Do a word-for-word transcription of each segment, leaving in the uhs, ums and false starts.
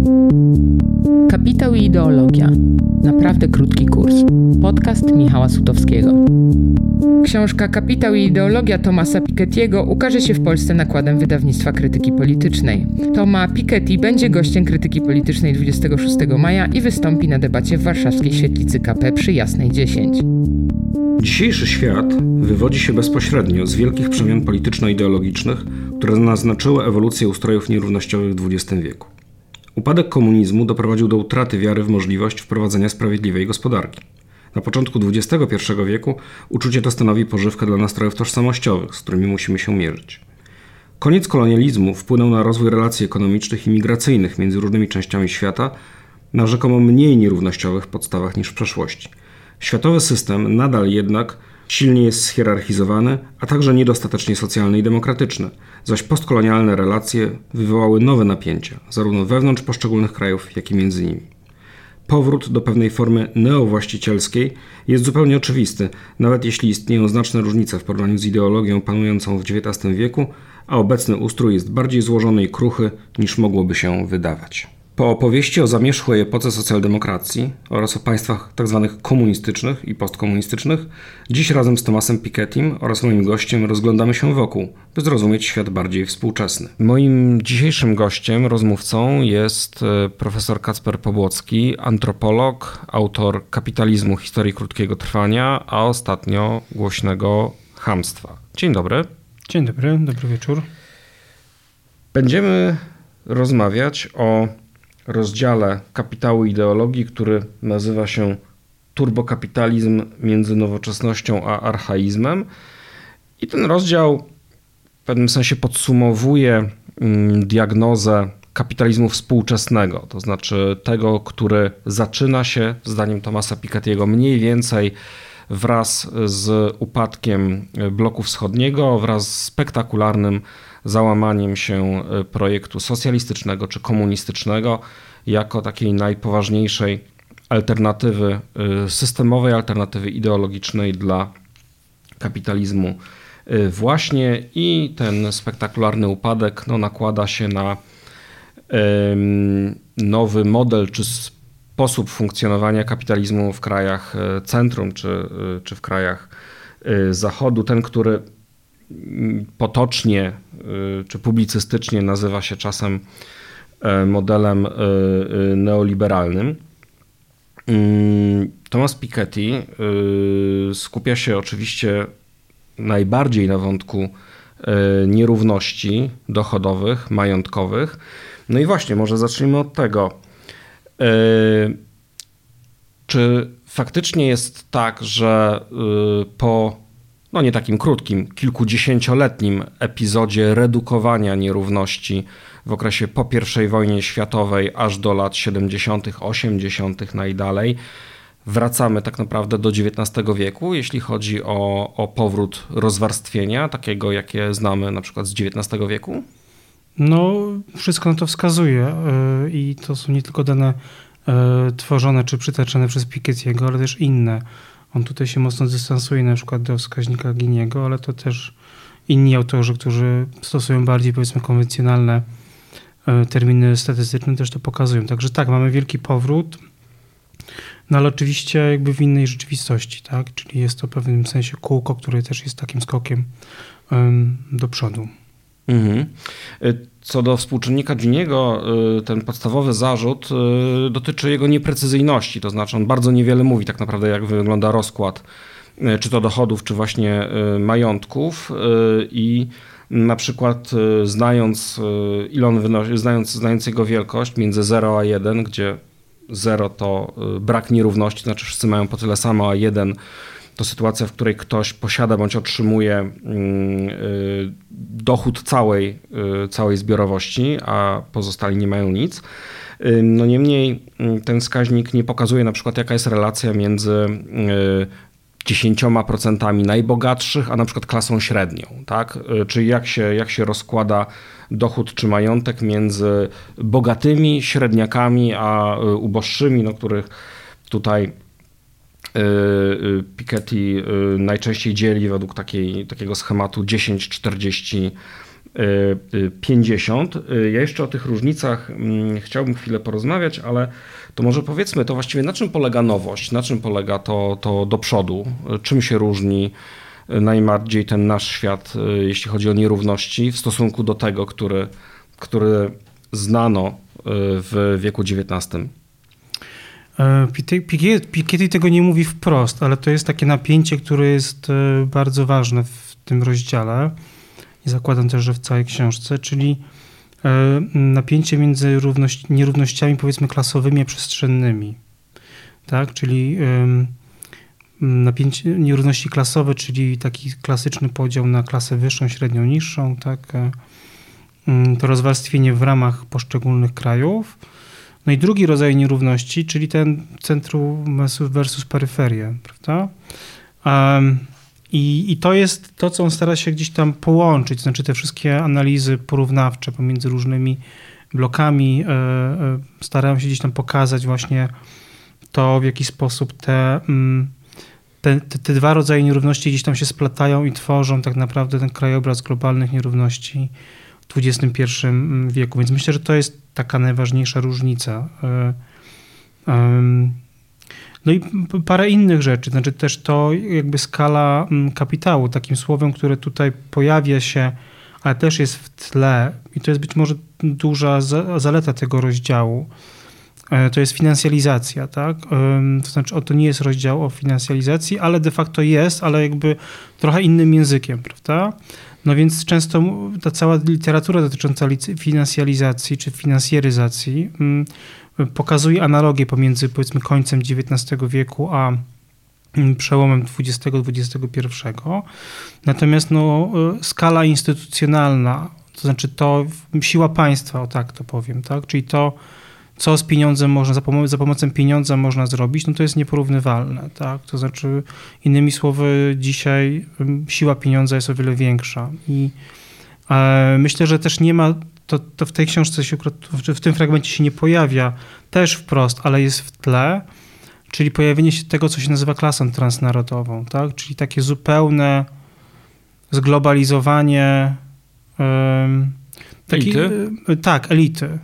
Kapitał i ideologia. Naprawdę krótki kurs. Podcast Michała Sutowskiego. Książka Kapitał i ideologia Thomasa Piketty'ego ukaże się w Polsce nakładem wydawnictwa Krytyki Politycznej. Thomas Piketty będzie gościem Krytyki Politycznej dwudziestego szóstego maja i wystąpi na debacie w warszawskiej świetlicy K P przy Jasnej dziesięć. Dzisiejszy świat wywodzi się bezpośrednio z wielkich przemian polityczno-ideologicznych, które naznaczyły ewolucję ustrojów nierównościowych w dwudziestym wieku. Upadek komunizmu doprowadził do utraty wiary w możliwość wprowadzenia sprawiedliwej gospodarki. Na początku dwudziestego pierwszego wieku uczucie to stanowi pożywkę dla nastrojów tożsamościowych, z którymi musimy się mierzyć. Koniec kolonializmu wpłynął na rozwój relacji ekonomicznych i migracyjnych między różnymi częściami świata na rzekomo mniej nierównościowych podstawach niż w przeszłości. Światowy system nadal jednak silnie jest schierarchizowany, a także niedostatecznie socjalny i demokratyczny, zaś postkolonialne relacje wywołały nowe napięcia, zarówno wewnątrz poszczególnych krajów, jak i między nimi. Powrót do pewnej formy neowłaścicielskiej jest zupełnie oczywisty, nawet jeśli istnieją znaczne różnice w porównaniu z ideologią panującą w dziewiętnastym wieku, a obecny ustrój jest bardziej złożony i kruchy, niż mogłoby się wydawać. Po opowieści o zamierzchłej epoce socjaldemokracji oraz o państwach tzw. komunistycznych i postkomunistycznych, dziś razem z Thomasem Pikettym oraz moim gościem rozglądamy się wokół, by zrozumieć świat bardziej współczesny. Moim dzisiejszym gościem, rozmówcą jest profesor Kacper Pobłocki, antropolog, autor Kapitalizmu, historii krótkiego trwania, a ostatnio głośnego chamstwa. Dzień dobry. Dzień dobry, dobry wieczór. Będziemy rozmawiać o rozdziale Kapitału i ideologii, który nazywa się Turbokapitalizm między nowoczesnością a archaizmem. I ten rozdział w pewnym sensie podsumowuje diagnozę kapitalizmu współczesnego, to znaczy tego, który zaczyna się, zdaniem Thomasa Piketty'ego, mniej więcej wraz z upadkiem bloku wschodniego, wraz z spektakularnym załamaniem się projektu socjalistycznego czy komunistycznego jako takiej najpoważniejszej alternatywy, systemowej alternatywy ideologicznej dla kapitalizmu właśnie, i ten spektakularny upadek no, nakłada się na nowy model czy sposób funkcjonowania kapitalizmu w krajach centrum czy, czy w krajach zachodu, ten, który potocznie czy publicystycznie nazywa się czasem modelem neoliberalnym. Thomas Piketty skupia się oczywiście najbardziej na wątku nierówności dochodowych, majątkowych. No i właśnie, może zacznijmy od tego. Czy faktycznie jest tak, że po no nie takim krótkim, kilkudziesięcioletnim epizodzie redukowania nierówności w okresie po pierwszej wojnie światowej aż do lat siedemdziesiątych, osiemdziesiątych najdalej, wracamy tak naprawdę do dziewiętnastego wieku, jeśli chodzi o, o powrót rozwarstwienia, takiego jakie znamy na przykład z dziewiętnastego wieku? No, wszystko na to wskazuje i to są nie tylko dane tworzone czy przytaczane przez Piketty'ego, ale też inne. On tutaj się mocno dystansuje na przykład do wskaźnika Giniego, ale to też inni autorzy, którzy stosują bardziej, powiedzmy, konwencjonalne terminy statystyczne, też to pokazują. Także tak, mamy wielki powrót, no ale oczywiście jakby w innej rzeczywistości, tak? Czyli jest to w pewnym sensie kółko, które też jest takim skokiem um, do przodu. Mhm. Co do współczynnika Giniego, ten podstawowy zarzut dotyczy jego nieprecyzyjności, to znaczy on bardzo niewiele mówi tak naprawdę, jak wygląda rozkład czy to dochodów, czy właśnie majątków, i na przykład znając ile on wynosi, znając, znając jego wielkość między zero a jeden, gdzie zero to brak nierówności, to znaczy wszyscy mają po tyle samo, a jeden to sytuacja, w której ktoś posiada bądź otrzymuje dochód całej, całej zbiorowości, a pozostali nie mają nic. No niemniej ten wskaźnik nie pokazuje na przykład, jaka jest relacja między dziesięcioma procentami najbogatszych, a na przykład klasą średnią, tak? Czyli jak się, jak się rozkłada dochód czy majątek między bogatymi, średniakami, a uboższymi, no których tutaj Piketty najczęściej dzieli według takiej, takiego schematu dziesięć czterdzieści pięćdziesiąt. Ja jeszcze o tych różnicach chciałbym chwilę porozmawiać, ale to może powiedzmy, to właściwie na czym polega nowość, na czym polega to, to do przodu, czym się różni najbardziej ten nasz świat, jeśli chodzi o nierówności w stosunku do tego, który, który znano w wieku dziewiętnastym. Piketty tego nie mówi wprost, ale to jest takie napięcie, które jest bardzo ważne w tym rozdziale i zakładam też, że w całej książce, czyli napięcie między równość, nierównościami powiedzmy klasowymi a przestrzennymi. Tak? Czyli napięcie, nierówności klasowe, czyli taki klasyczny podział na klasę wyższą, średnią, niższą, tak? To rozwarstwienie w ramach poszczególnych krajów. No i drugi rodzaj nierówności, czyli ten centrum versus peryferię, prawda? Um, i, I to jest to, co on stara się gdzieś tam połączyć, znaczy te wszystkie analizy porównawcze pomiędzy różnymi blokami e, e, starają się gdzieś tam pokazać właśnie to, w jaki sposób te, te, te, te dwa rodzaje nierówności gdzieś tam się splatają i tworzą tak naprawdę ten krajobraz globalnych nierówności w dwudziestym pierwszym wieku. Więc myślę, że to jest taka najważniejsza różnica. No i parę innych rzeczy, znaczy też to jakby skala kapitału, takim słowem, które tutaj pojawia się, ale też jest w tle i to jest być może duża zaleta tego rozdziału. To jest finansjalizacja, tak? To znaczy, o, to nie jest rozdział o finansjalizacji, ale de facto jest, ale jakby trochę innym językiem, prawda? No więc często ta cała literatura dotycząca finansjalizacji czy finansjeryzacji pokazuje analogię pomiędzy powiedzmy końcem dziewiętnastego wieku a przełomem dwudziestego do dwudziestego pierwszego. Natomiast no, skala instytucjonalna, to znaczy to siła państwa, o tak to powiem, tak? Czyli to, co z pieniądzem można, za, pom- za pomocą pieniądza można zrobić, no to jest nieporównywalne, tak? To znaczy, innymi słowy, dzisiaj siła pieniądza jest o wiele większa i e, myślę, że też nie ma, to, to w tej książce się, w tym fragmencie się nie pojawia też wprost, ale jest w tle, czyli pojawienie się tego, co się nazywa klasą transnarodową, tak? Czyli takie zupełne zglobalizowanie e, taki, elity? E, tak, elity.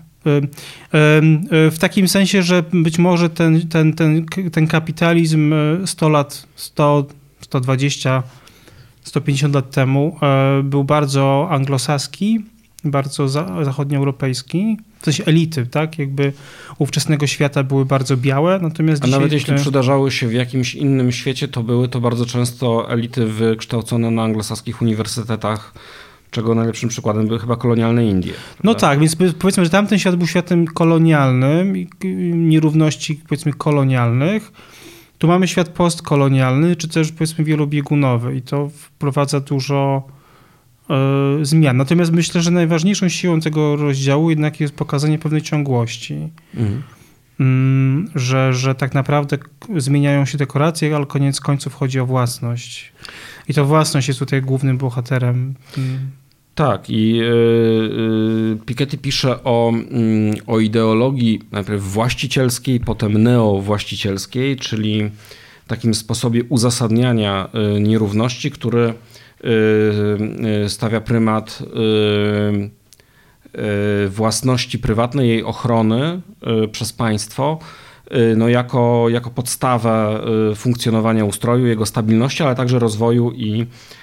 W takim sensie, że być może ten, ten, ten, ten kapitalizm sto lat, sto, sto dwadzieścia, sto pięćdziesiąt lat temu był bardzo anglosaski, bardzo zachodnioeuropejski, w sensie elity, tak? Jakby ówczesnego świata były bardzo białe, natomiast A dzisiaj... nawet jeśli przydarzały się w jakimś innym świecie, to były to bardzo często elity wykształcone na anglosaskich uniwersytetach, czego najlepszym przykładem były chyba kolonialne Indie. Prawda? No tak, więc powiedzmy, że tamten świat był światem kolonialnym, nierówności powiedzmy kolonialnych. Tu mamy świat postkolonialny, czy też powiedzmy wielobiegunowy i to wprowadza dużo y, zmian. Natomiast myślę, że najważniejszą siłą tego rozdziału jednak jest pokazanie pewnej ciągłości. Mhm. Y, że, że tak naprawdę zmieniają się dekoracje, ale koniec końców chodzi o własność. I to własność jest tutaj głównym bohaterem. Tak, i yy, Piketty pisze o, yy, o ideologii najpierw właścicielskiej, potem neowłaścicielskiej, czyli takim sposobie uzasadniania yy, nierówności, który yy, yy, stawia prymat yy, yy, własności prywatnej, jej ochrony yy, przez państwo, no jako, jako podstawę funkcjonowania ustroju, jego stabilności, ale także rozwoju i,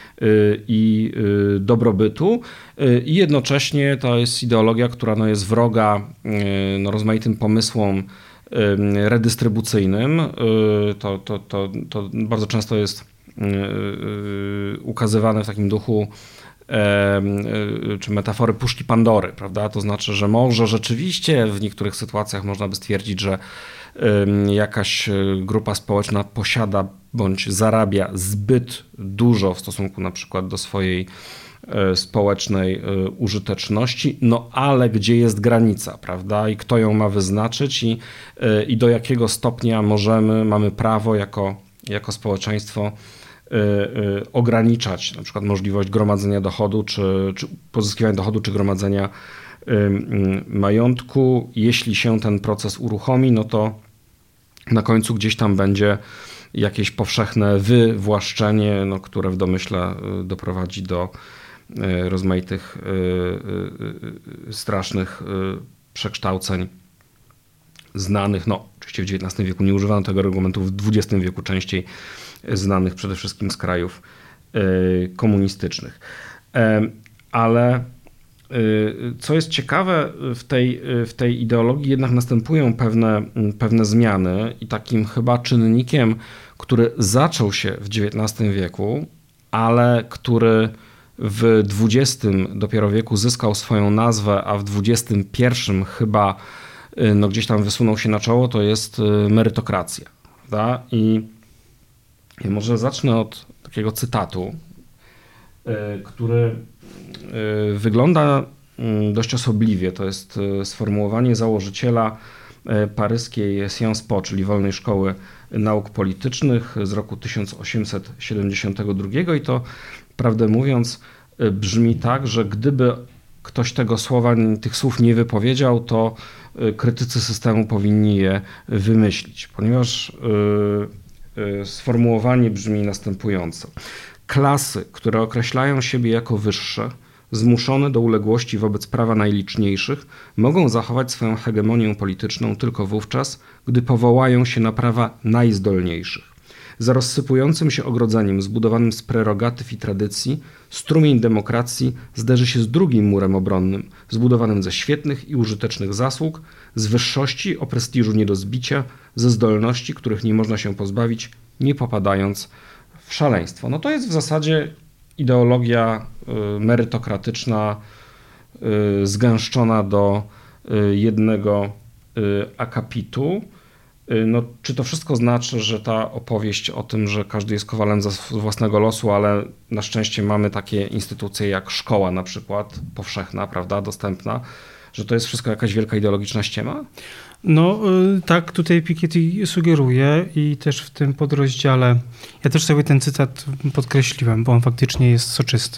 i dobrobytu. I jednocześnie to jest ideologia, która no jest wroga no rozmaitym pomysłom redystrybucyjnym. To, to, to, to bardzo często jest ukazywane w takim duchu czy metafory puszki Pandory, prawda? To znaczy, że może rzeczywiście w niektórych sytuacjach można by stwierdzić, że jakaś grupa społeczna posiada bądź zarabia zbyt dużo w stosunku na przykład do swojej społecznej użyteczności, no ale gdzie jest granica, prawda? I kto ją ma wyznaczyć i, i do jakiego stopnia możemy, mamy prawo jako, jako społeczeństwo ograniczać na przykład możliwość gromadzenia dochodu, czy, czy pozyskiwania dochodu, czy gromadzenia majątku. Jeśli się ten proces uruchomi, no to na końcu gdzieś tam będzie jakieś powszechne wywłaszczenie, no, które w domyśle doprowadzi do, rozmaitych strasznych przekształceń znanych, no oczywiście w dziewiętnastym wieku nie używano tego argumentu, w dwudziestym wieku częściej znanych przede wszystkim z krajów komunistycznych. Ale co jest ciekawe, w tej, w tej ideologii jednak następują pewne, pewne zmiany i takim chyba czynnikiem, który zaczął się w dziewiętnastym wieku, ale który w dwudziestym dopiero wieku zyskał swoją nazwę, a w dwudziestym pierwszym chyba no, gdzieś tam wysunął się na czoło, to jest merytokracja. Prawda? I ja może zacznę od takiego cytatu, który wygląda dość osobliwie. To jest sformułowanie założyciela paryskiej Sciences Po, czyli Wolnej Szkoły Nauk Politycznych z roku tysiąc osiemset siedemdziesiątego drugiego i to, prawdę mówiąc, brzmi tak, że gdyby ktoś tego słowa, tych słów nie wypowiedział, to krytycy systemu powinni je wymyślić, ponieważ sformułowanie brzmi następująco. Klasy, które określają siebie jako wyższe, zmuszone do uległości wobec prawa najliczniejszych, mogą zachować swoją hegemonię polityczną tylko wówczas, gdy powołają się na prawa najzdolniejszych. Za rozsypującym się ogrodzeniem zbudowanym z prerogatyw i tradycji, strumień demokracji zderzy się z drugim murem obronnym, zbudowanym ze świetnych i użytecznych zasług, z wyższości o prestiżu nie do zbicia, ze zdolności, których nie można się pozbawić, nie popadając w szaleństwo. No to jest w zasadzie ideologia merytokratyczna, zgęszczona do jednego akapitu. No, czy to wszystko znaczy, że ta opowieść o tym, że każdy jest kowalem za własnego losu, ale na szczęście mamy takie instytucje jak szkoła na przykład, powszechna, prawda, dostępna, że to jest wszystko jakaś wielka ideologiczna ściema? No tak, tutaj Piketty sugeruje i też w tym podrozdziale, ja też sobie ten cytat podkreśliłem, bo on faktycznie jest soczysty.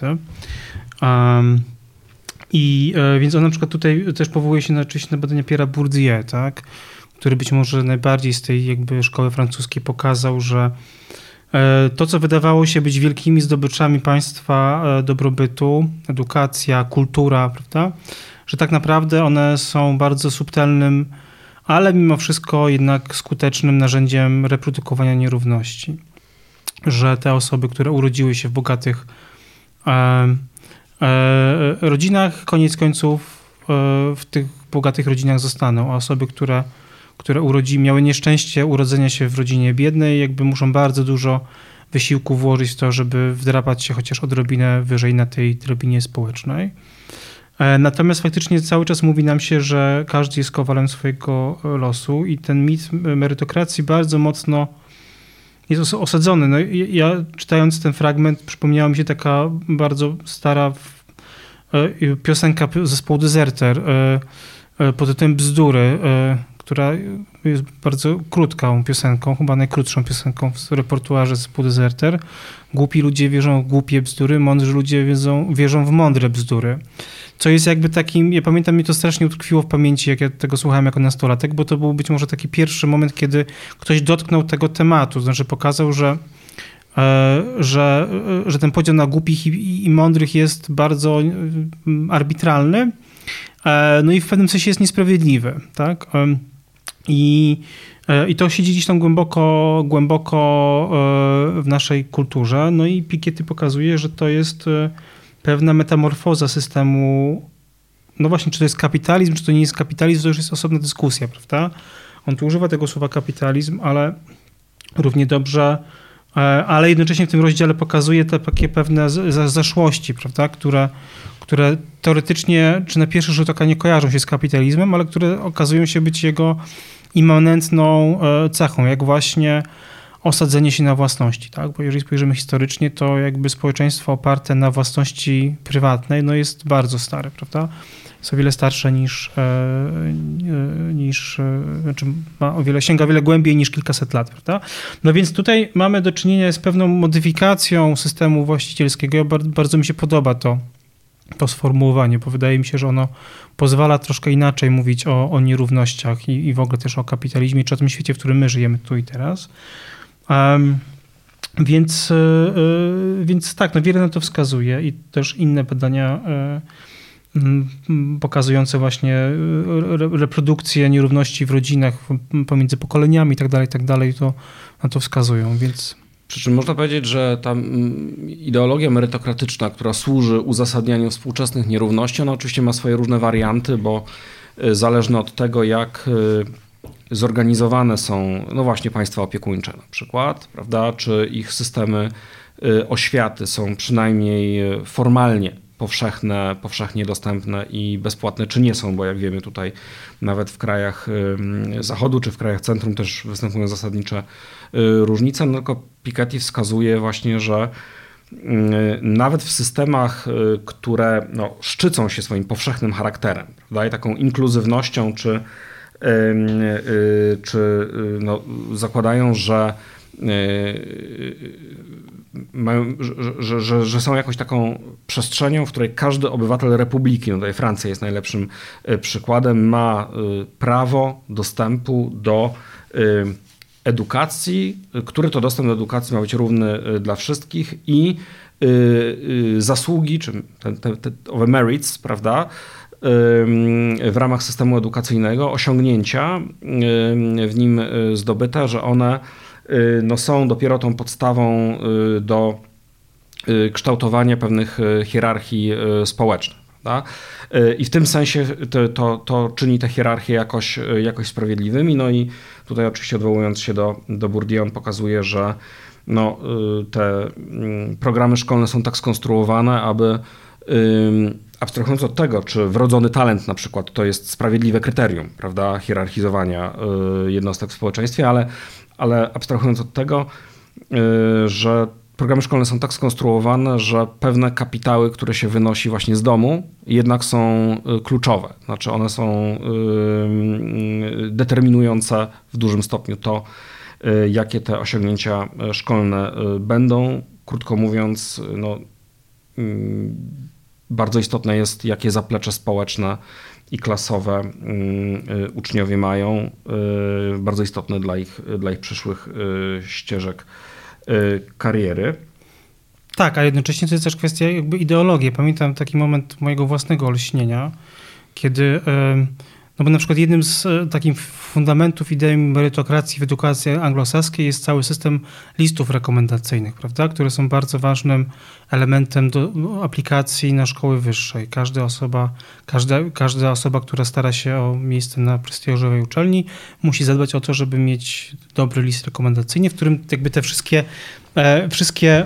Um, I więc on na przykład tutaj też powołuje się na, oczywiście na badania Pierre'a Bourdieu, tak, który być może najbardziej z tej jakby szkoły francuskiej pokazał, że to, co wydawało się być wielkimi zdobyczami państwa dobrobytu, edukacja, kultura, prawda, że tak naprawdę one są bardzo subtelnym, ale mimo wszystko jednak skutecznym narzędziem reprodukowania nierówności. Że te osoby, które urodziły się w bogatych e, e, rodzinach, koniec końców e, w tych bogatych rodzinach zostaną, a osoby, które, które urodzi, miały nieszczęście urodzenia się w rodzinie biednej, jakby muszą bardzo dużo wysiłku włożyć w to, żeby wdrapać się chociaż odrobinę wyżej na tej drobinie społecznej. Natomiast faktycznie cały czas mówi nam się, że każdy jest kowalem swojego losu i ten mit merytokracji bardzo mocno jest osadzony. No, ja czytając ten fragment przypomniała mi się taka bardzo stara piosenka zespołu Deserter pod tytułem Bzdury, która jest bardzo krótką piosenką, chyba najkrótszą piosenką w repertuarze zespołu Deserter. Głupi ludzie wierzą w głupie bzdury, mądrzy ludzie wierzą, wierzą w mądre bzdury. Co jest jakby takim, ja pamiętam, mnie to strasznie utkwiło w pamięci, jak ja tego słuchałem jako nastolatek, bo to był być może taki pierwszy moment, kiedy ktoś dotknął tego tematu, znaczy pokazał, że, e, że, e, że ten podział na głupich i, i mądrych jest bardzo arbitralny, e, no i w pewnym sensie jest niesprawiedliwy, tak? E, i, e, I to siedzi gdzieś tam głęboko, głęboko e, w naszej kulturze, no i Piketty pokazuje, że to jest e, pewna metamorfoza systemu, no właśnie, czy to jest kapitalizm, czy to nie jest kapitalizm, to już jest osobna dyskusja, prawda? On tu używa tego słowa kapitalizm, ale równie dobrze, ale jednocześnie w tym rozdziale pokazuje te takie pewne zaszłości, prawda? Które, które teoretycznie, czy na pierwszy rzut oka nie kojarzą się z kapitalizmem, ale które okazują się być jego immanentną cechą, jak właśnie osadzenie się na własności, tak? Bo jeżeli spojrzymy historycznie, to jakby społeczeństwo oparte na własności prywatnej no jest bardzo stare, prawda? Jest o wiele starsze niż, niż znaczy ma o wiele, sięga o wiele głębiej niż kilkaset lat, prawda? No więc tutaj mamy do czynienia z pewną modyfikacją systemu właścicielskiego. Bardzo, bardzo mi się podoba to, to sformułowanie, bo wydaje mi się, że ono pozwala troszkę inaczej mówić o, o nierównościach i, i w ogóle też o kapitalizmie, czy o tym świecie, w którym my żyjemy tu i teraz. Um, Więc, więc tak, no wiele na to wskazuje i też inne badania pokazujące właśnie reprodukcję nierówności w rodzinach pomiędzy pokoleniami i tak dalej, i tak dalej, to na to wskazują, więc... Przy czym można powiedzieć, że ta ideologia merytokratyczna, która służy uzasadnianiu współczesnych nierówności, ona oczywiście ma swoje różne warianty, bo zależne od tego, jak zorganizowane są, no właśnie, państwa opiekuńcze na przykład, prawda, czy ich systemy oświaty są przynajmniej formalnie powszechne, powszechnie dostępne i bezpłatne, czy nie są, bo jak wiemy tutaj nawet w krajach zachodu, czy w krajach centrum też występują zasadnicze różnice, no tylko Piketty wskazuje właśnie, że nawet w systemach, które no, szczycą się swoim powszechnym charakterem, prawda, i taką inkluzywnością, czy, czy no, zakładają, że mają, że, że, że są jakąś taką przestrzenią, w której każdy obywatel republiki, no tutaj Francja jest najlepszym przykładem, ma prawo dostępu do edukacji, który to dostęp do edukacji ma być równy dla wszystkich i zasługi, czy te, te, te owe merits, prawda, w ramach systemu edukacyjnego, osiągnięcia w nim zdobyte, że one no, są dopiero tą podstawą do kształtowania pewnych hierarchii społecznych. Prawda? I w tym sensie to, to, to czyni te hierarchie jakoś, jakoś sprawiedliwymi. No i tutaj oczywiście odwołując się do, do Bourdieu, on pokazuje, że no, te programy szkolne są tak skonstruowane, aby abstrahując od tego, czy wrodzony talent na przykład to jest sprawiedliwe kryterium, prawda, hierarchizowania jednostek w społeczeństwie, ale, ale abstrahując od tego, że programy szkolne są tak skonstruowane, że pewne kapitały, które się wynosi właśnie z domu, jednak są kluczowe. Znaczy one są determinujące w dużym stopniu to, jakie te osiągnięcia szkolne będą. Krótko mówiąc, no, bardzo istotne jest, jakie zaplecze społeczne i klasowe uczniowie mają. Bardzo istotne dla ich, dla ich przyszłych ścieżek kariery. Tak, a jednocześnie to jest też kwestia jakby ideologii. Pamiętam taki moment mojego własnego olśnienia, kiedy, no bo na przykład jednym z takich fundamentów idei merytokracji w edukacji anglosaskiej jest cały system listów rekomendacyjnych, prawda, które są bardzo ważnym elementem do aplikacji na szkoły wyższej. Każda osoba, każda, każda osoba, która stara się o miejsce na prestiżowej uczelni, musi zadbać o to, żeby mieć dobry list rekomendacyjny, w którym jakby te wszystkie, e, wszystkie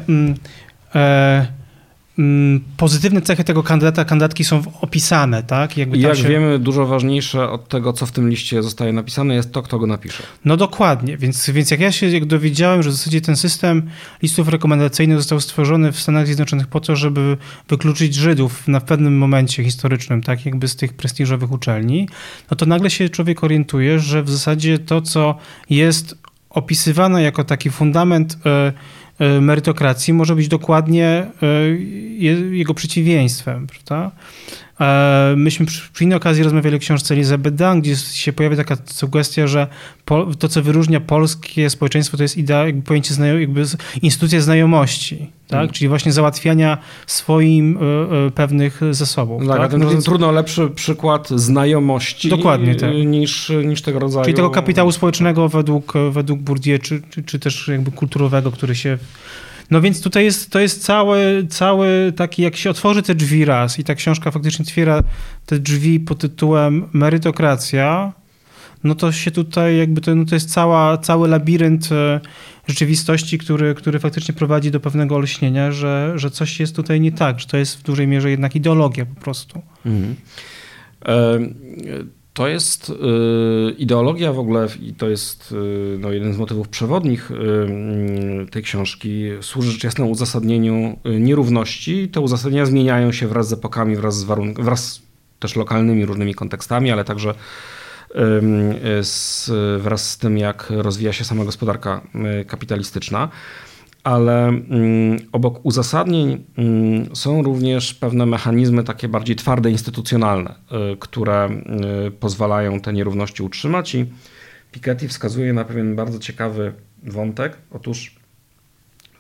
e, pozytywne cechy tego kandydata, kandydatki są opisane, tak? Jakby Jak się... wiemy, dużo ważniejsze od tego, co w tym liście zostaje napisane, jest to, kto go napisze. No dokładnie, więc, więc jak ja się jak dowiedziałem, że w zasadzie ten system listów rekomendacyjnych został stworzony w Stanach Zjednoczonych po to, żeby wykluczyć Żydów na pewnym momencie historycznym, tak, jakby z tych prestiżowych uczelni, no to nagle się człowiek orientuje, że w zasadzie to, co jest opisywane jako taki fundament merytokracji, może być dokładnie jego przeciwieństwem, prawda? Myśmy przy innej okazji rozmawiali o książce Elizabeth Dunn, gdzie się pojawia taka sugestia, że to, co wyróżnia polskie społeczeństwo, to jest idea, jakby pojęcie, jakby instytucja znajomości, tak? Hmm. Czyli właśnie załatwiania swoim pewnych zasobów. Tak, tak? Ten, no, trudno lepszy przykład znajomości dokładnie, tak. niż, niż tego rodzaju... Czyli tego kapitału społecznego według, według Bourdieu, czy, czy, czy też jakby kulturowego, który się... No więc tutaj jest, to jest cały, cały taki, jak się otworzy te drzwi raz i ta książka faktycznie otwiera te drzwi pod tytułem merytokracja, no to się tutaj jakby, to, no to jest cała, cały labirynt rzeczywistości, który, który faktycznie prowadzi do pewnego olśnienia, że, że coś jest tutaj nie tak, że to jest w dużej mierze jednak ideologia po prostu. Mhm. E- To jest y, ideologia w ogóle i to jest y, no, jeden z motywów przewodnich y, tej książki. Służy rzecz jasna uzasadnieniu nierówności. Te uzasadnienia zmieniają się wraz z epokami, wraz z warunk- wraz też lokalnymi różnymi kontekstami, ale także y, z, wraz z tym, jak rozwija się sama gospodarka y, kapitalistyczna. Ale mm, obok uzasadnień mm, są również pewne mechanizmy takie bardziej twarde, instytucjonalne, y, które y, pozwalają te nierówności utrzymać i Piketty wskazuje na pewien bardzo ciekawy wątek. Otóż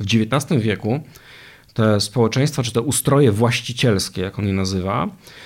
W dziewiętnastym wieku te społeczeństwa, czy te ustroje właścicielskie, jak on je nazywa,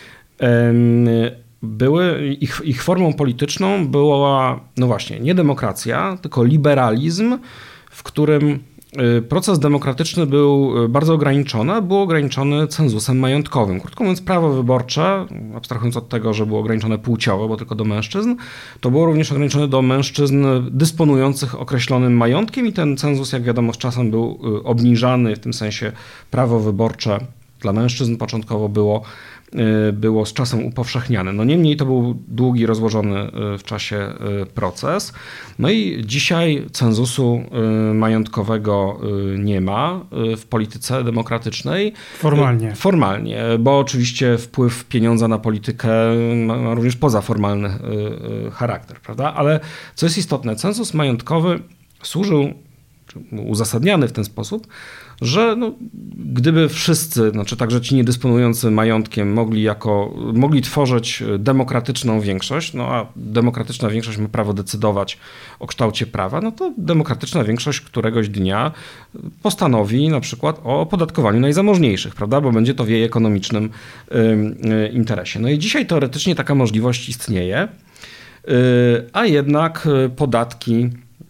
były, ich, ich formą polityczną była, no właśnie, nie demokracja, tylko liberalizm, w którym proces demokratyczny był bardzo ograniczony, był ograniczony cenzusem majątkowym. Krótko mówiąc, prawo wyborcze, abstrahując od tego, że było ograniczone płciowo, bo tylko do mężczyzn, to było również ograniczone do mężczyzn dysponujących określonym majątkiem i ten cenzus, jak wiadomo, z czasem był obniżany, w tym sensie prawo wyborcze dla mężczyzn początkowo było było z czasem upowszechniane. No niemniej to był długi, rozłożony w czasie proces. No i dzisiaj cenzusu majątkowego nie ma w polityce demokratycznej. Formalnie. Formalnie, bo oczywiście wpływ pieniądza na politykę ma również pozaformalny charakter, prawda? Ale co jest istotne, cenzus majątkowy służył, uzasadniany w ten sposób, że no, gdyby wszyscy, znaczy także ci niedysponujący majątkiem mogli jako, mogli tworzyć demokratyczną większość, no a demokratyczna większość ma prawo decydować o kształcie prawa, no to demokratyczna większość któregoś dnia postanowi na przykład o opodatkowaniu najzamożniejszych, prawda, bo będzie to w jej ekonomicznym y, interesie. No i dzisiaj teoretycznie taka możliwość istnieje, y, a jednak podatki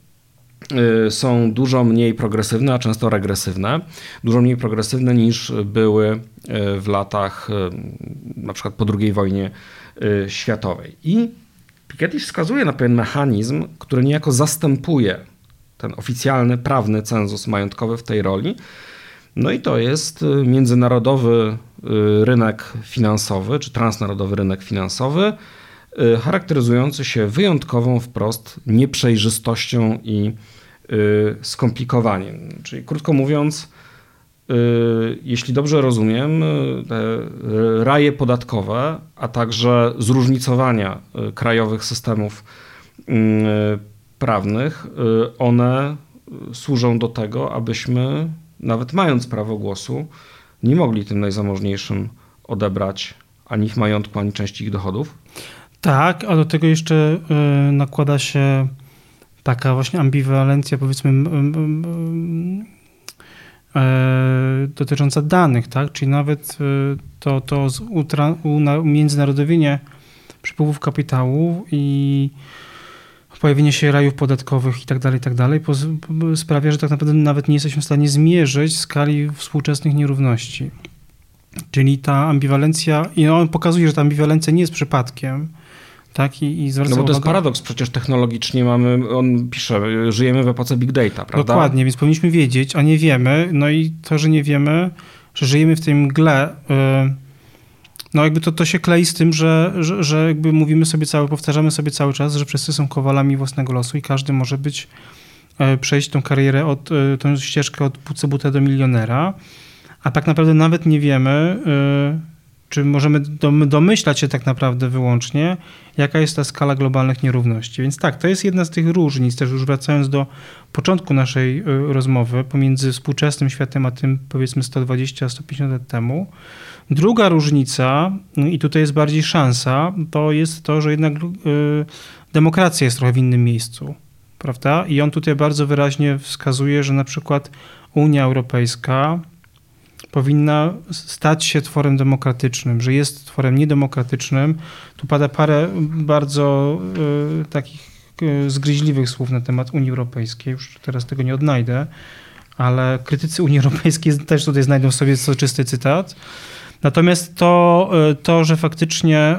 są dużo mniej progresywne, a często regresywne. Dużo mniej progresywne niż były w latach na przykład po drugiej wojnie światowej. I Piketty wskazuje na pewien mechanizm, który niejako zastępuje ten oficjalny, prawny cenzus majątkowy w tej roli. No i to jest międzynarodowy rynek finansowy, czy transnarodowy rynek finansowy, charakteryzujący się wyjątkową wprost nieprzejrzystością i skomplikowaniem. Czyli krótko mówiąc, jeśli dobrze rozumiem, te raje podatkowe, a także zróżnicowania krajowych systemów prawnych, one służą do tego, abyśmy, nawet mając prawo głosu, nie mogli tym najzamożniejszym odebrać ani ich majątku, ani części ich dochodów. Tak, a do tego jeszcze y, nakłada się taka właśnie ambiwalencja, powiedzmy, y, y, y, dotycząca danych, tak? Czyli nawet y, to, to umiędzynarodowienie przepływów kapitału i pojawienie się rajów podatkowych i tak dalej, i tak dalej, sprawia, że tak naprawdę nawet nie jesteśmy w stanie zmierzyć skali współczesnych nierówności. Czyli ta ambiwalencja, i on pokazuje, że ta ambiwalencja nie jest przypadkiem, tak? I, i zwraca no bo to uwagę... jest paradoks, przecież technologicznie mamy, on pisze, żyjemy w epoce big data, prawda? Dokładnie, więc powinniśmy wiedzieć, a nie wiemy, no i to, że nie wiemy, że żyjemy w tej mgle, no jakby to, to się klei z tym, że, że, że jakby mówimy sobie cały, powtarzamy sobie cały czas, że wszyscy są kowalami własnego losu i każdy może być, przejść tą karierę, od, tą ścieżkę od buce do milionera, a tak naprawdę nawet nie wiemy, czy możemy domyślać się tak naprawdę wyłącznie, jaka jest ta skala globalnych nierówności. Więc tak, to jest jedna z tych różnic, też już wracając do początku naszej rozmowy, pomiędzy współczesnym światem, a tym powiedzmy sto dwadzieścia sto pięćdziesiąt lat temu. Druga różnica, i tutaj jest bardziej szansa, to jest to, że jednak demokracja jest trochę w innym miejscu, prawda? I on tutaj bardzo wyraźnie wskazuje, że na przykład Unia Europejska powinna stać się tworem demokratycznym, że jest tworem niedemokratycznym. Tu pada parę bardzo y, takich y, zgryźliwych słów na temat Unii Europejskiej. Już teraz tego nie odnajdę, ale krytycy Unii Europejskiej też tutaj znajdą sobie soczysty cytat. Natomiast to, y, to że faktycznie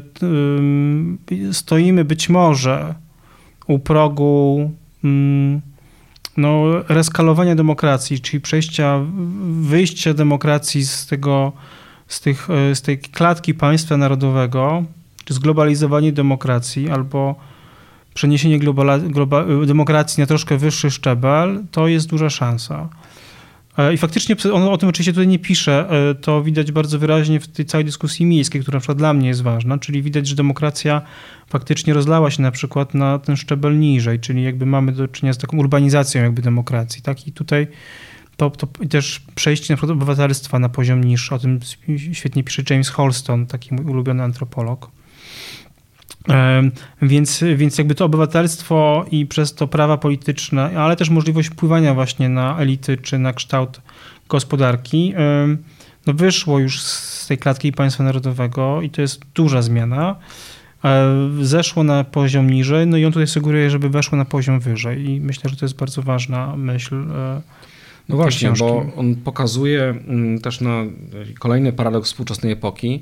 y, y, stoimy być może u progu y, no, reskalowania demokracji, czyli przejścia, wyjścia demokracji z tego, z tych, z tej klatki państwa narodowego, czy zglobalizowanie demokracji, albo przeniesienie globala, globa, demokracji na troszkę wyższy szczebel, to jest duża szansa. I faktycznie on o tym oczywiście tutaj nie pisze, to widać bardzo wyraźnie w tej całej dyskusji miejskiej, która na przykład dla mnie jest ważna, czyli widać, że demokracja faktycznie rozlała się na przykład na ten szczebel niżej, czyli jakby mamy do czynienia z taką urbanizacją jakby demokracji, tak? I tutaj to, to też przejście na przykład obywatelstwa na poziom niższy, o tym świetnie pisze James Holston, taki mój ulubiony antropolog. Więc, więc jakby to obywatelstwo i przez to prawa polityczne, ale też możliwość wpływania właśnie na elity czy na kształt gospodarki, no wyszło już z tej klatki państwa narodowego i to jest duża zmiana. Zeszło na poziom niżej, no i on tutaj sugeruje, żeby weszło na poziom wyżej i myślę, że to jest bardzo ważna myśl. No właśnie, książki. Bo on pokazuje też na kolejny paradoks współczesnej epoki.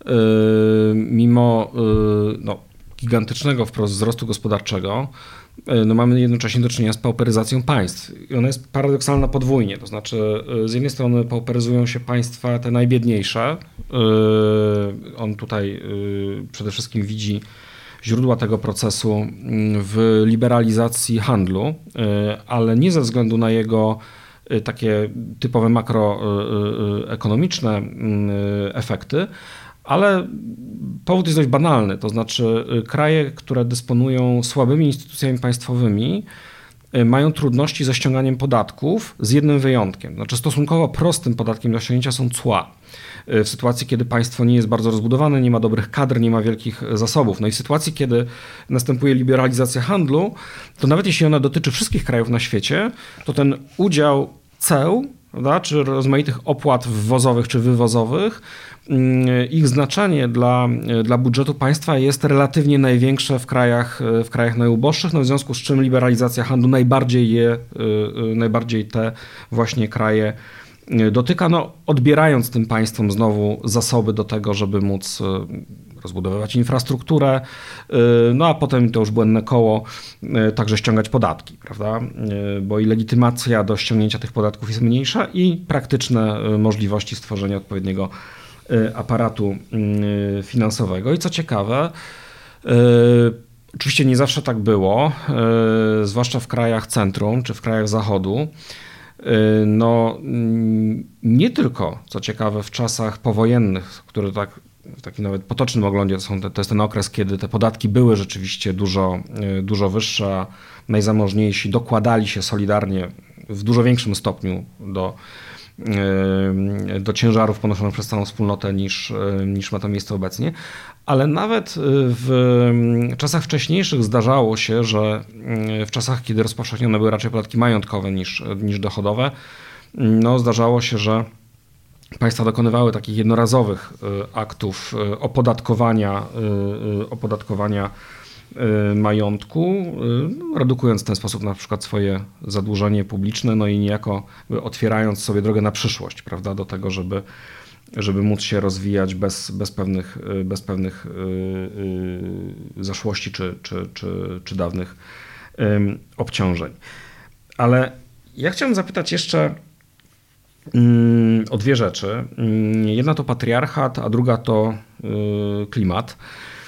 Mimo no, gigantycznego wprost wzrostu gospodarczego, no mamy jednocześnie do czynienia z pauperyzacją państw. I ona jest paradoksalna podwójnie. To znaczy, z jednej strony pauperyzują się państwa te najbiedniejsze. On tutaj przede wszystkim widzi źródła tego procesu w liberalizacji handlu, ale nie ze względu na jego takie typowe makroekonomiczne efekty, ale powód jest dość banalny, to znaczy kraje, które dysponują słabymi instytucjami państwowymi, mają trudności ze ściąganiem podatków z jednym wyjątkiem. Znaczy stosunkowo prostym podatkiem do ściągnięcia są cła. W sytuacji, kiedy państwo nie jest bardzo rozbudowane, nie ma dobrych kadr, nie ma wielkich zasobów. No i w sytuacji, kiedy następuje liberalizacja handlu, to nawet jeśli ona dotyczy wszystkich krajów na świecie, to ten udział ceł, prawda, czy rozmaitych opłat wwozowych czy wywozowych, ich znaczenie dla, dla budżetu państwa jest relatywnie największe w krajach, w krajach najuboższych, no w związku z czym liberalizacja handlu najbardziej je, najbardziej te właśnie kraje dotyka, no odbierając tym państwom znowu zasoby do tego, żeby móc rozbudowywać infrastrukturę, no a potem to już błędne koło, także ściągać podatki, prawda? Bo i legitymacja do ściągnięcia tych podatków jest mniejsza i praktyczne możliwości stworzenia odpowiedniego aparatu finansowego. I co ciekawe, oczywiście nie zawsze tak było, zwłaszcza w krajach centrum czy w krajach zachodu. No nie tylko, co ciekawe, w czasach powojennych, które tak w takim nawet potocznym oglądzie to, są, to jest ten okres, kiedy te podatki były rzeczywiście dużo, dużo wyższe, a najzamożniejsi dokładali się solidarnie w dużo większym stopniu do, do ciężarów ponoszonych przez całą wspólnotę niż, niż ma to miejsce obecnie. Ale nawet w czasach wcześniejszych zdarzało się, że w czasach, kiedy rozpowszechnione były raczej podatki majątkowe niż, niż dochodowe, no zdarzało się, że państwa dokonywały takich jednorazowych aktów opodatkowania, opodatkowania majątku, redukując w ten sposób na przykład swoje zadłużenie publiczne, no i niejako otwierając sobie drogę na przyszłość, prawda, do tego, żeby, żeby móc się rozwijać bez, bez pewnych, bez pewnych zaszłości czy, czy, czy, czy dawnych obciążeń. Ale ja chciałem zapytać jeszcze o dwie rzeczy. Jedna to patriarchat, a druga to klimat.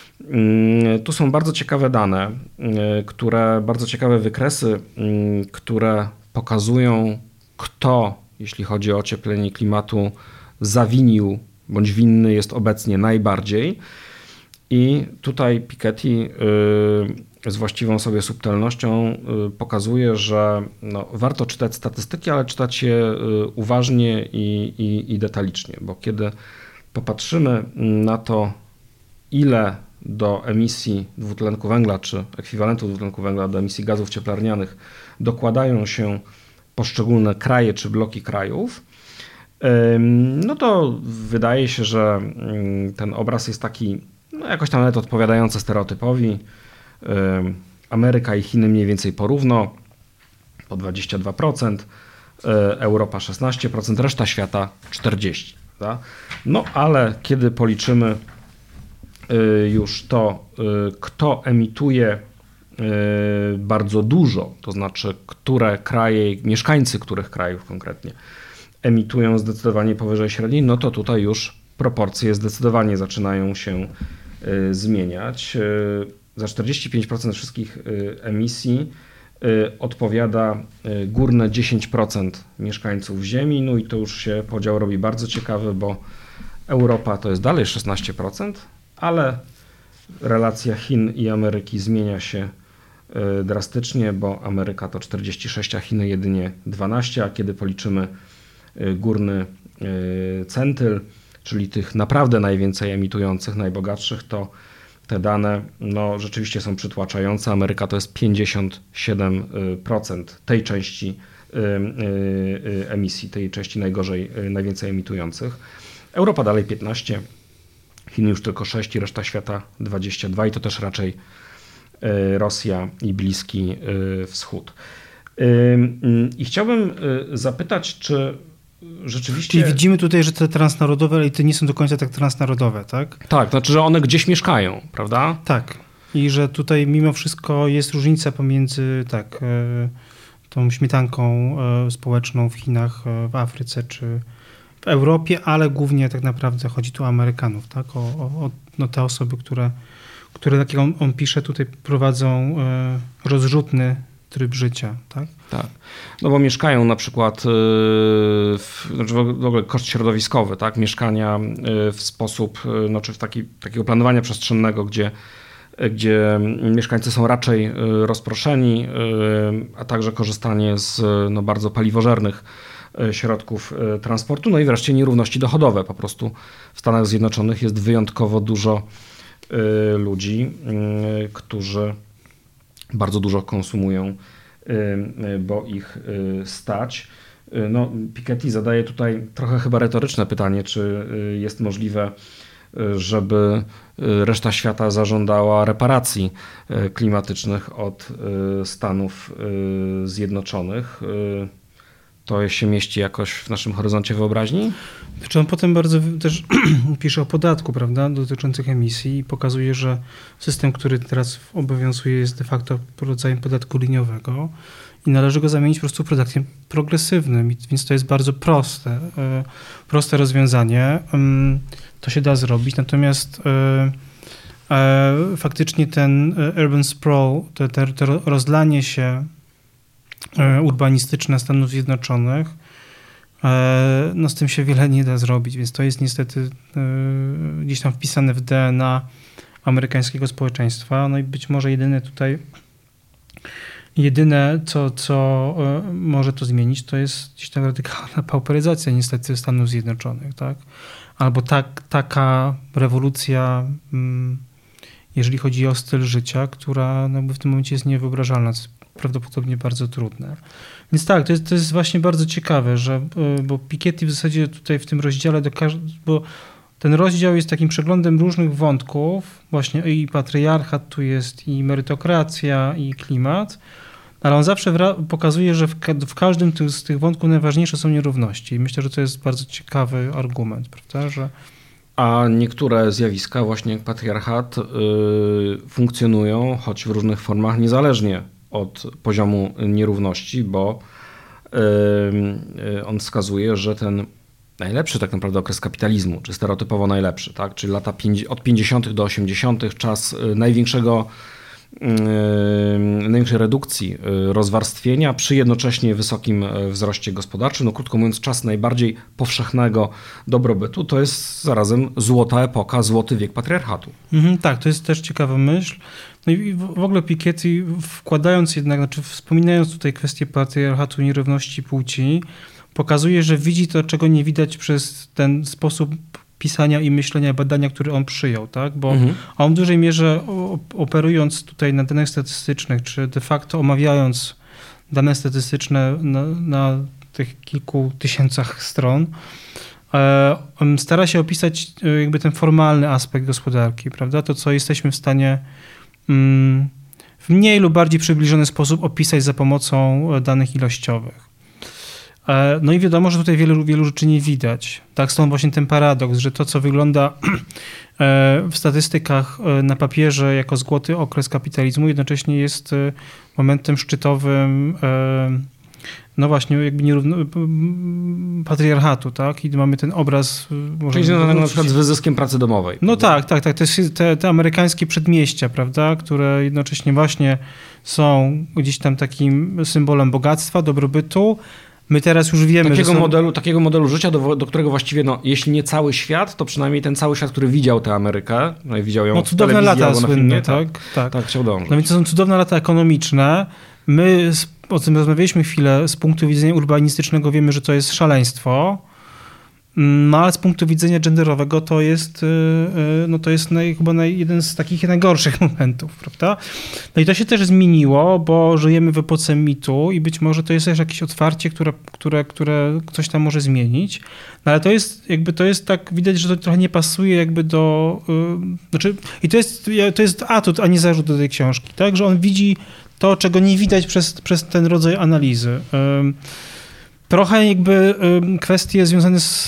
Tu są bardzo ciekawe dane, które, bardzo ciekawe wykresy, które pokazują, kto, jeśli chodzi o ocieplenie klimatu, zawinił bądź winny jest obecnie najbardziej. I tutaj Piketty z właściwą sobie subtelnością pokazuje, że no, warto czytać statystyki, ale czytać je uważnie i, i, i detalicznie, bo kiedy popatrzymy na to, ile do emisji dwutlenku węgla, czy ekwiwalentu dwutlenku węgla do emisji gazów cieplarnianych dokładają się poszczególne kraje czy bloki krajów, no to wydaje się, że ten obraz jest taki no jakoś tam nawet odpowiadający stereotypowi. Ameryka i Chiny mniej więcej porówno, po dwadzieścia dwa procent, Europa szesnaście procent, reszta świata czterdzieści procent. Prawda? No ale kiedy policzymy już to, kto emituje bardzo dużo, to znaczy które kraje, mieszkańcy których krajów konkretnie emitują zdecydowanie powyżej średniej, no to tutaj już proporcje zdecydowanie zaczynają się zmieniać. Za czterdzieści pięć procent wszystkich emisji odpowiada górne dziesięć procent mieszkańców Ziemi, no i to już się podział robi bardzo ciekawy, bo Europa to jest dalej szesnaście procent, ale relacja Chin i Ameryki zmienia się drastycznie, bo Ameryka to czterdzieści sześć, a Chiny jedynie dwanaście, a kiedy policzymy górny centyl, czyli tych naprawdę najwięcej emitujących, najbogatszych, to te dane no, rzeczywiście są przytłaczające. Ameryka to jest pięćdziesiąt siedem procent tej części emisji, tej części najgorzej, najwięcej emitujących. Europa dalej piętnaście procent, Chiny już tylko sześć procent i reszta świata dwadzieścia dwa procent i to też raczej Rosja i Bliski Wschód. I chciałbym zapytać, czy rzeczywiście... Czyli widzimy tutaj, że te transnarodowe elity nie są do końca tak transnarodowe, tak? Tak, znaczy, że one gdzieś mieszkają, prawda? Tak. I że tutaj mimo wszystko jest różnica pomiędzy tak, tą śmietanką społeczną w Chinach, w Afryce czy w Europie, ale głównie tak naprawdę chodzi tu o Amerykanów, tak? O, o no te osoby, które, które tak jak on, on pisze, tutaj prowadzą rozrzutny tryb życia, tak? Tak. No bo mieszkają na przykład, w, znaczy w ogóle koszt środowiskowy, tak? Mieszkania w sposób, znaczy w taki, takiego planowania przestrzennego, gdzie, gdzie mieszkańcy są raczej rozproszeni, a także korzystanie z no, bardzo paliwożernych środków transportu, no i wreszcie nierówności dochodowe. Po prostu w Stanach Zjednoczonych jest wyjątkowo dużo ludzi, którzy bardzo dużo konsumują, bo ich stać. No, Piketty zadaje tutaj trochę chyba retoryczne pytanie, czy jest możliwe, żeby reszta świata zażądała reparacji klimatycznych od Stanów Zjednoczonych. To się mieści jakoś w naszym horyzoncie wyobraźni? Znaczy on potem bardzo też pisze o podatku, prawda, dotyczących emisji i pokazuje, że system, który teraz obowiązuje, jest de facto rodzajem podatku liniowego i należy go zamienić po prostu podatkiem progresywnym, więc to jest bardzo proste, proste rozwiązanie. To się da zrobić, natomiast faktycznie ten urban sprawl, to, to rozlanie się urbanistyczne Stanów Zjednoczonych, no z tym się wiele nie da zrobić, więc to jest niestety gdzieś tam wpisane w D N A amerykańskiego społeczeństwa. No i być może jedyne tutaj, jedyne co, co może to zmienić, to jest gdzieś tam radykalna pauperyzacja niestety Stanów Zjednoczonych, tak? Albo tak, taka rewolucja, jeżeli chodzi o styl życia, która no, w tym momencie jest niewyobrażalna, prawdopodobnie bardzo trudne. Więc tak, to jest, to jest właśnie bardzo ciekawe, że, bo Piketty w zasadzie tutaj w tym rozdziale, do każ- bo ten rozdział jest takim przeglądem różnych wątków, właśnie i patriarchat tu jest, i merytokracja, i klimat, ale on zawsze wra- pokazuje, że w, ka- w każdym ty- z tych wątków najważniejsze są nierówności i myślę, że to jest bardzo ciekawy argument, prawda, że a niektóre zjawiska, właśnie jak patriarchat, yy, funkcjonują, choć w różnych formach, niezależnie od poziomu nierówności, bo yy, on wskazuje, że ten najlepszy tak naprawdę okres kapitalizmu, czy stereotypowo najlepszy, tak, czyli lata pięć, od pięćdziesiątych do osiemdziesiątych, czas największego, yy, największej redukcji yy, rozwarstwienia przy jednocześnie wysokim wzroście gospodarczym. No krótko mówiąc, czas najbardziej powszechnego dobrobytu to jest zarazem złota epoka, złoty wiek patriarchatu. Mhm, tak, to jest też ciekawa myśl. No i w ogóle Piketty, wkładając jednak, znaczy wspominając tutaj kwestię patriarchatu, nierówności płci, pokazuje, że widzi to, czego nie widać przez ten sposób pisania i myślenia, badania, który on przyjął, tak? Bo mhm. on w dużej mierze operując tutaj na danych statystycznych, czy de facto omawiając dane statystyczne na, na tych kilku tysiącach stron, on stara się opisać jakby ten formalny aspekt gospodarki, prawda? To, co jesteśmy w stanie w mniej lub bardziej przybliżony sposób opisać za pomocą danych ilościowych. No i wiadomo, że tutaj wielu, wielu rzeczy nie widać. Tak, stąd właśnie ten paradoks, że to, co wygląda w statystykach na papierze jako złoty okres kapitalizmu, jednocześnie jest momentem szczytowym, no właśnie, jakby nierówno, patriarchatu, tak? I mamy ten obraz... Czyli związany na przykład z wyzyskiem pracy domowej. No tak, tak, tak. To jest te, te amerykańskie przedmieścia, prawda? Które jednocześnie właśnie są gdzieś tam takim symbolem bogactwa, dobrobytu. My teraz już wiemy, takiego że są... modelu, takiego modelu życia, do, do którego właściwie, no, jeśli nie cały świat, to przynajmniej ten cały świat, który widział tę Amerykę, no i widział ją no, w cudowne telewizji lata albo na słynne, filmie, tak, tak, tak. tak chciał dążyć. No więc to są cudowne lata ekonomiczne. My o tym rozmawialiśmy chwilę, z punktu widzenia urbanistycznego wiemy, że to jest szaleństwo. No ale z punktu widzenia genderowego to jest, no to jest naj, chyba naj, jeden z takich najgorszych momentów, prawda? No i to się też zmieniło, bo żyjemy w epoce mitu i być może to jest też jakieś otwarcie, które, które, które coś tam może zmienić. No ale to jest jakby, to jest tak, widać, że to trochę nie pasuje jakby do, yy, znaczy i to jest, to jest atut, a nie zarzut do tej książki, tak? Że on widzi to, czego nie widać przez, przez ten rodzaj analizy. Yy. Trochę jakby kwestie związane z,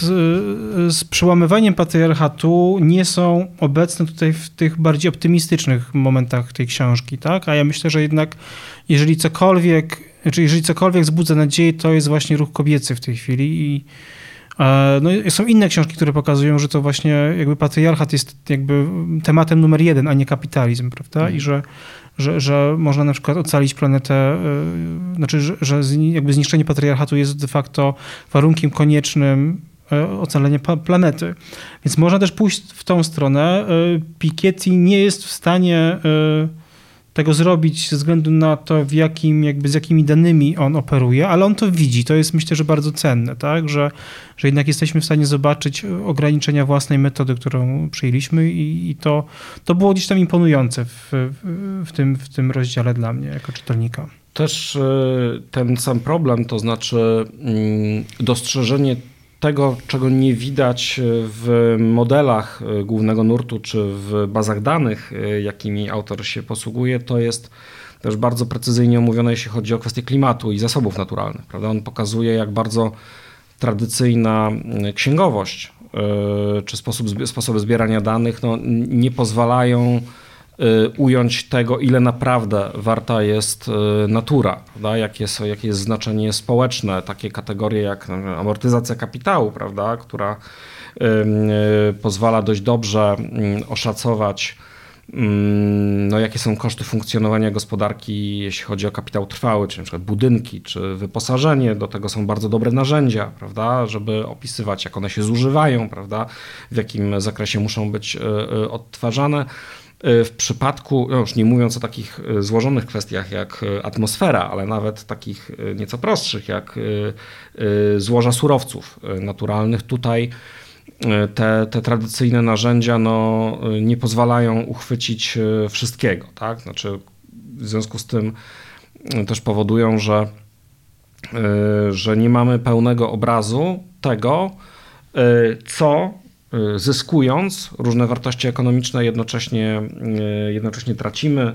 z przełamywaniem patriarchatu nie są obecne tutaj w tych bardziej optymistycznych momentach tej książki, tak? A ja myślę, że jednak jeżeli cokolwiek, czyli jeżeli cokolwiek wzbudza nadzieję, to jest właśnie ruch kobiecy w tej chwili i no, są inne książki, które pokazują, że to właśnie jakby patriarchat jest jakby tematem numer jeden, a nie kapitalizm, prawda? Mm. I że Że, że można na przykład ocalić planetę, yy, znaczy, że, że jakby zniszczenie patriarchatu jest de facto warunkiem koniecznym yy, ocalenia pa- planety. Więc można też pójść w tą stronę. Yy, Piketty nie jest w stanie yy, tego zrobić ze względu na to, w jakim, jakby z jakimi danymi on operuje, ale on to widzi. To jest, myślę, że bardzo cenne, tak? Że, że jednak jesteśmy w stanie zobaczyć ograniczenia własnej metody, którą przyjęliśmy i, i to, to było gdzieś tam imponujące w, w, w, tym, w tym rozdziale dla mnie jako czytelnika. Też ten sam problem, to znaczy dostrzeżenie tego, czego nie widać w modelach głównego nurtu czy w bazach danych, jakimi autor się posługuje, to jest też bardzo precyzyjnie omówione, jeśli chodzi o kwestię klimatu i zasobów naturalnych. Prawda? On pokazuje, jak bardzo tradycyjna księgowość czy sposób, sposoby zbierania danych no, nie pozwalają ująć tego, ile naprawdę warta jest natura, prawda? Jakie, są, jakie jest znaczenie społeczne, takie kategorie jak amortyzacja kapitału, prawda? Która y, y, pozwala dość dobrze y, oszacować, y, no, jakie są koszty funkcjonowania gospodarki, jeśli chodzi o kapitał trwały, czy na przykład budynki, czy wyposażenie. Do tego są bardzo dobre narzędzia, prawda? Żeby opisywać, jak one się zużywają, prawda? W jakim zakresie muszą być y, y, odtwarzane. W przypadku, no już nie mówiąc o takich złożonych kwestiach jak atmosfera, ale nawet takich nieco prostszych jak złoża surowców naturalnych, tutaj te, te tradycyjne narzędzia no, nie pozwalają uchwycić wszystkiego. Tak? Znaczy, w związku z tym też powodują, że, że nie mamy pełnego obrazu tego, co zyskując różne wartości ekonomiczne, jednocześnie, jednocześnie tracimy.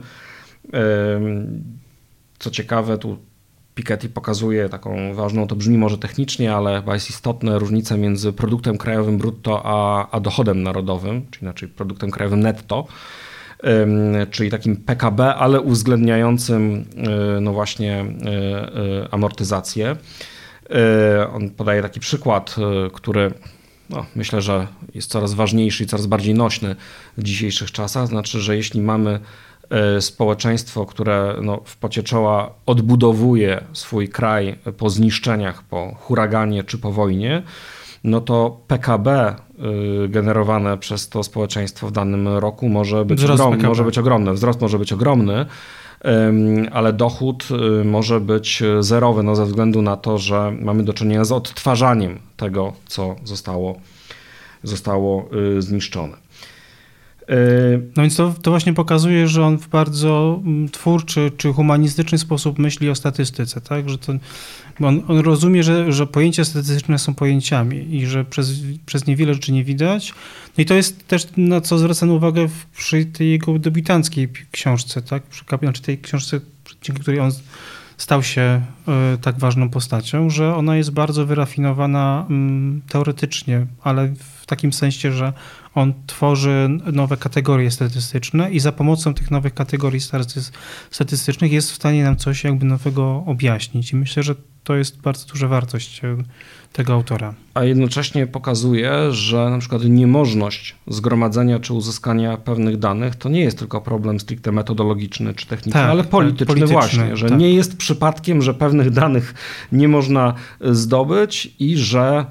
Co ciekawe, tu Piketty pokazuje taką ważną, to brzmi może technicznie, ale chyba jest istotne, różnicę między produktem krajowym brutto a, a dochodem narodowym, czyli inaczej produktem krajowym netto, czyli takim P K B, ale uwzględniającym no właśnie amortyzację. On podaje taki przykład, który no, myślę, że jest coraz ważniejszy i coraz bardziej nośny w dzisiejszych czasach. Znaczy, że jeśli mamy społeczeństwo, które no, w pocie czoła odbudowuje swój kraj po zniszczeniach, po huraganie czy po wojnie, no to P K B generowane przez to społeczeństwo w danym roku może być, ogrom, może być ogromne. Wzrost może być ogromny, ale dochód może być zerowy, no ze względu na to, że mamy do czynienia z odtwarzaniem tego, co zostało, zostało zniszczone. No więc to, to właśnie pokazuje, że on w bardzo twórczy czy humanistyczny sposób myśli o statystyce, tak? Że to, on, on rozumie, że, że pojęcia statystyczne są pojęciami i że przez, przez nie wiele rzeczy nie widać. No i to jest też, na co zwracam uwagę w, przy tej jego debiutanckiej książce, tak? Przy, znaczy tej książce, dzięki której on stał się y, tak ważną postacią, że ona jest bardzo wyrafinowana y, teoretycznie, ale w takim sensie, że on tworzy nowe kategorie statystyczne i za pomocą tych nowych kategorii statystycznych jest w stanie nam coś jakby nowego objaśnić. I myślę, że to jest bardzo duża wartość tego autora. A jednocześnie pokazuje, że na przykład niemożność zgromadzenia czy uzyskania pewnych danych to nie jest tylko problem stricte metodologiczny czy techniczny, tak, ale polityczny, polityczny właśnie, że tak. Nie jest przypadkiem, że pewnych danych nie można zdobyć i że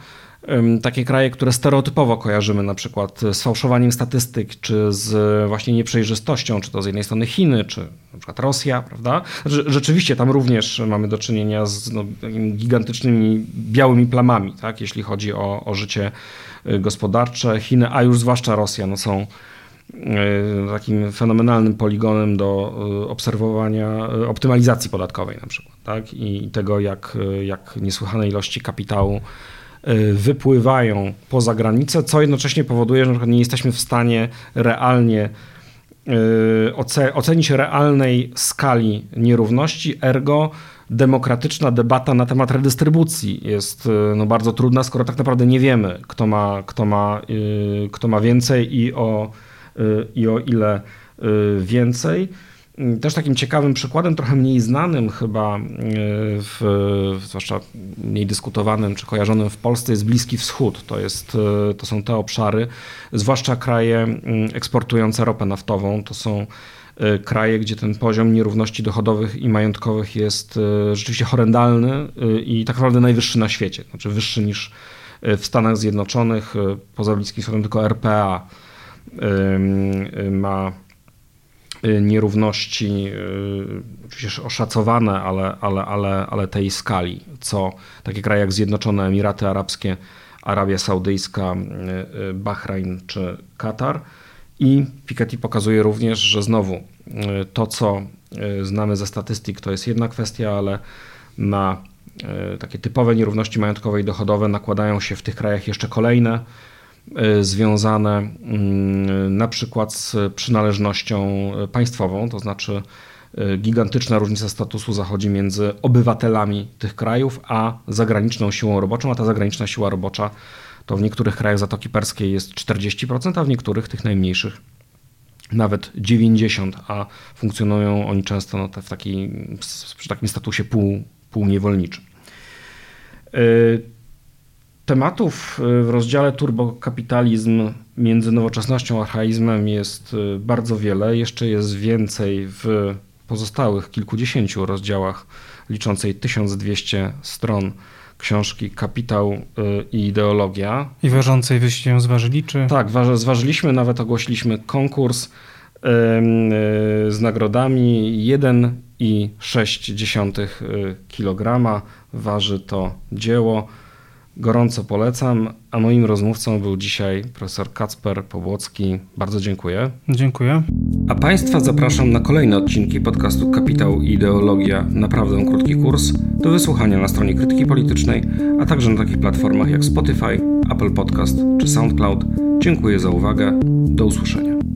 takie kraje, które stereotypowo kojarzymy na przykład z fałszowaniem statystyk, czy z właśnie nieprzejrzystością, czy to z jednej strony Chiny, czy na przykład Rosja, prawda? Rzeczywiście tam również mamy do czynienia z no, gigantycznymi białymi plamami, tak? Jeśli chodzi o, o życie gospodarcze. Chiny, a już zwłaszcza Rosja, no, są takim fenomenalnym poligonem do obserwowania optymalizacji podatkowej na przykład, tak? I tego, jak, jak niesłychane ilości kapitału wypływają poza granicę, co jednocześnie powoduje, że na przykład nie jesteśmy w stanie realnie ocenić realnej skali nierówności, ergo demokratyczna debata na temat redystrybucji jest no, bardzo trudna, skoro tak naprawdę nie wiemy, kto ma, kto ma, kto ma więcej i o, i o ile więcej. Też takim ciekawym przykładem, trochę mniej znanym chyba, w, zwłaszcza mniej dyskutowanym czy kojarzonym w Polsce, jest Bliski Wschód. To, jest, to są te obszary, zwłaszcza kraje eksportujące ropę naftową. To są kraje, gdzie ten poziom nierówności dochodowych i majątkowych jest rzeczywiście horrendalny i tak naprawdę najwyższy na świecie. Znaczy wyższy niż w Stanach Zjednoczonych. Poza Bliskim Wschodem tylko R P A ma nierówności oczywiście oszacowane, ale, ale, ale, ale tej skali, co takie kraje jak Zjednoczone Emiraty Arabskie, Arabia Saudyjska, Bahrajn czy Katar. I Piketty pokazuje również, że znowu to, co znamy ze statystyk, to jest jedna kwestia, ale na takie typowe nierówności majątkowe i dochodowe nakładają się w tych krajach jeszcze kolejne, związane na przykład z przynależnością państwową, to znaczy gigantyczna różnica statusu zachodzi między obywatelami tych krajów a zagraniczną siłą roboczą, a ta zagraniczna siła robocza to w niektórych krajach Zatoki Perskiej jest czterdzieści procent, a w niektórych tych najmniejszych nawet dziewięćdziesiąt procent, a funkcjonują oni często no, w taki, przy takim statusie pół, półniewolniczym. Tematów w rozdziale turbokapitalizm między nowoczesnością a archaizmem jest bardzo wiele. Jeszcze jest więcej w pozostałych kilkudziesięciu rozdziałach liczącej tysiąc dwieście stron książki Kapitał i ideologia. I ważącej wyście ją zważyli, czy? Tak, zważyliśmy, nawet ogłosiliśmy konkurs z nagrodami. jeden i sześć dziesiątych kilograma waży to dzieło. Gorąco polecam, a moim rozmówcą był dzisiaj profesor Kacper Pobłocki. Bardzo dziękuję. Dziękuję. A Państwa zapraszam na kolejne odcinki podcastu Kapitał i ideologia, naprawdę krótki kurs, do wysłuchania na stronie Krytyki Politycznej, a także na takich platformach jak Spotify, Apple Podcast czy SoundCloud. Dziękuję za uwagę. Do usłyszenia.